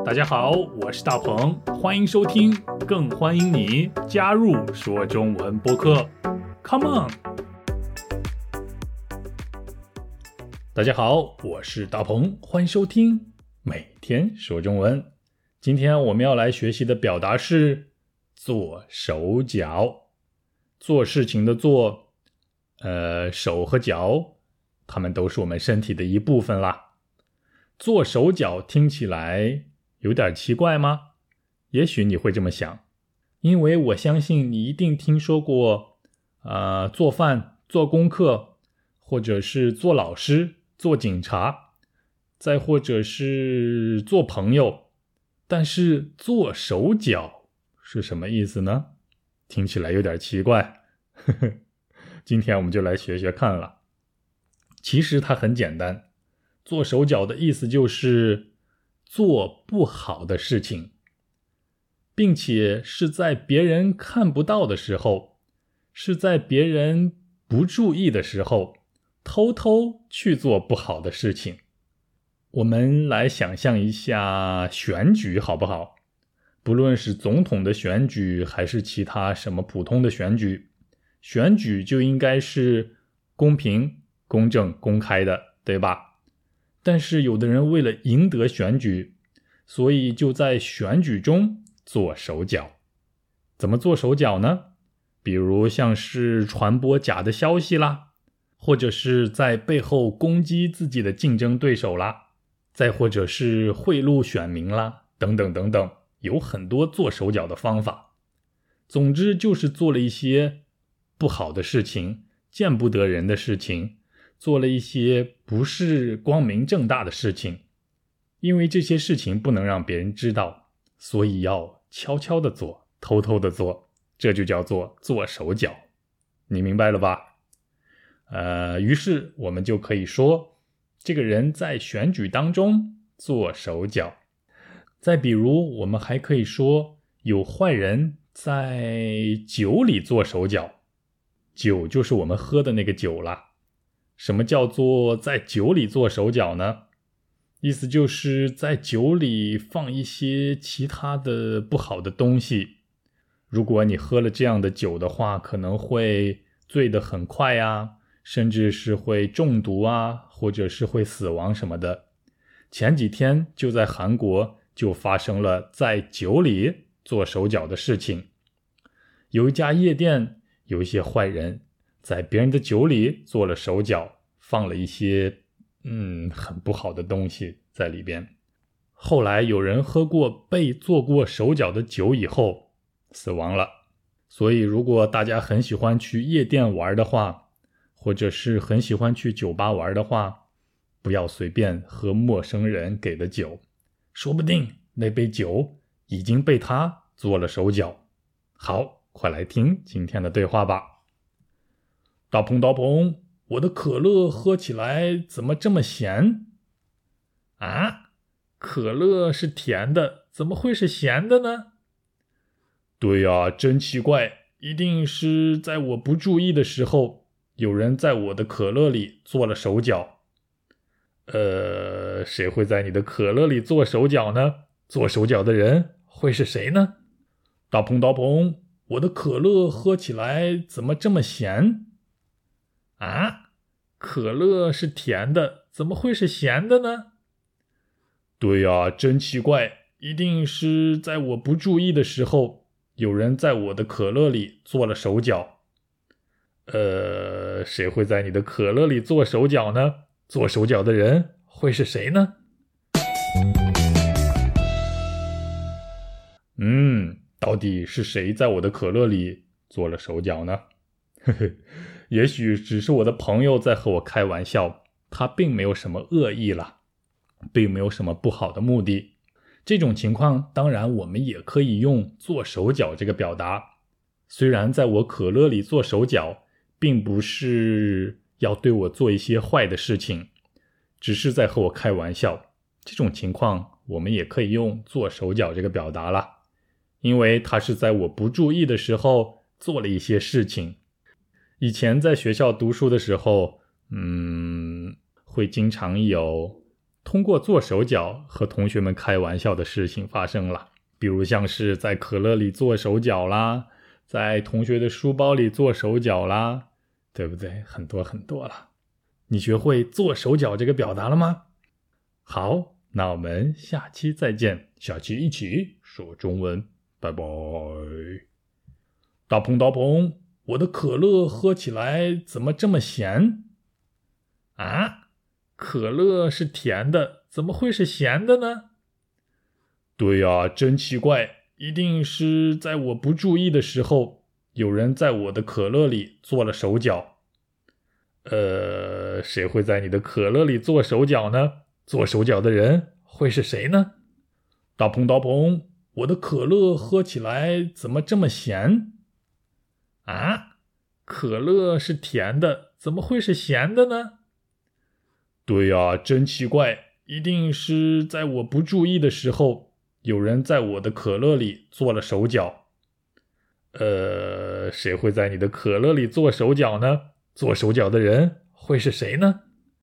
大家好，我是大鹏，欢迎收听，更欢迎你加入说中文播客 Come on。 大家好，我是大鹏，欢迎收听每天说中文。今天我们要来学习的表达是做手脚。做事情的做，手和脚，它们都是我们身体的一部分啦。做手脚听起来有点奇怪吗？也许你会这么想，因为我相信你一定听说过做饭、做功课，或者是做老师、做警察，再或者是做朋友。但是做手脚是什么意思呢？听起来有点奇怪。今天我们就来学学看了。其实它很简单，做手脚的意思就是做不好的事情，并且是在别人看不到的时候，是在别人不注意的时候，偷偷去做不好的事情。我们来想象一下选举好不好？不论是总统的选举还是其他什么普通的选举，选举就应该是公平、公正、公开的，对吧？但是有的人为了赢得选举，所以就在选举中做手脚。怎么做手脚呢？比如像是传播假的消息啦，或者是在背后攻击自己的竞争对手啦，再或者是贿赂选民啦，等等等等，有很多做手脚的方法。总之就是做了一些不好的事情，见不得人的事情，做了一些不是光明正大的事情。因为这些事情不能让别人知道，所以要悄悄地做，偷偷地做，这就叫做做手脚。你明白了吧？于是我们就可以说，这个人在选举当中做手脚。再比如，我们还可以说，有坏人在酒里做手脚。酒就是我们喝的那个酒啦。什么叫做在酒里做手脚呢？意思就是在酒里放一些其他的不好的东西。如果你喝了这样的酒的话，可能会醉得很快啊，甚至是会中毒啊，或者是会死亡什么的。前几天就在韩国就发生了在酒里做手脚的事情。有一家夜店，有一些坏人在别人的酒里做了手脚，放了一些很不好的东西在里边。后来有人喝过被做过手脚的酒以后死亡了。所以如果大家很喜欢去夜店玩的话，或者是很喜欢去酒吧玩的话，不要随便喝陌生人给的酒，说不定那杯酒已经被他做了手脚。好，快来听今天的对话吧。大鹏，我的可乐喝起来怎么这么咸？啊，可乐是甜的，怎么会是咸的呢？对呀，真奇怪，一定是在我不注意的时候，有人在我的可乐里做了手脚。谁会在你的可乐里做手脚呢？做手脚的人会是谁呢？大鹏，我的可乐喝起来怎么这么咸？啊，可乐是甜的，怎么会是咸的呢？对呀，真奇怪，一定是在我不注意的时候，有人在我的可乐里做了手脚。谁会在你的可乐里做手脚呢？做手脚的人会是谁呢？到底是谁在我的可乐里做了手脚呢？也许只是我的朋友在和我开玩笑，他并没有什么恶意啦，并没有什么不好的目的。这种情况当然我们也可以用做手脚这个表达。虽然在我可乐里做手脚，并不是要对我做一些坏的事情，只是在和我开玩笑。这种情况我们也可以用做手脚这个表达啦，因为他是在我不注意的时候做了一些事情。以前在学校读书的时候，会经常有通过做手脚和同学们开玩笑的事情发生了，比如像是在可乐里做手脚啦，在同学的书包里做手脚啦，对不对？很多很多了。你学会做手脚这个表达了吗？好，那我们下期再见，下期一起说中文，拜拜。大鹏，我的可乐喝起来怎么这么咸？啊，可乐是甜的，怎么会是咸的呢？对呀，真奇怪，一定是在我不注意的时候，有人在我的可乐里做了手脚。谁会在你的可乐里做手脚呢？做手脚的人会是谁呢？大鹏，我的可乐喝起来怎么这么咸？啊，可乐是甜的，怎么会是咸的呢？对呀，真奇怪，一定是在我不注意的时候，有人在我的可乐里做了手脚。谁会在你的可乐里做手脚呢？做手脚的人会是谁呢？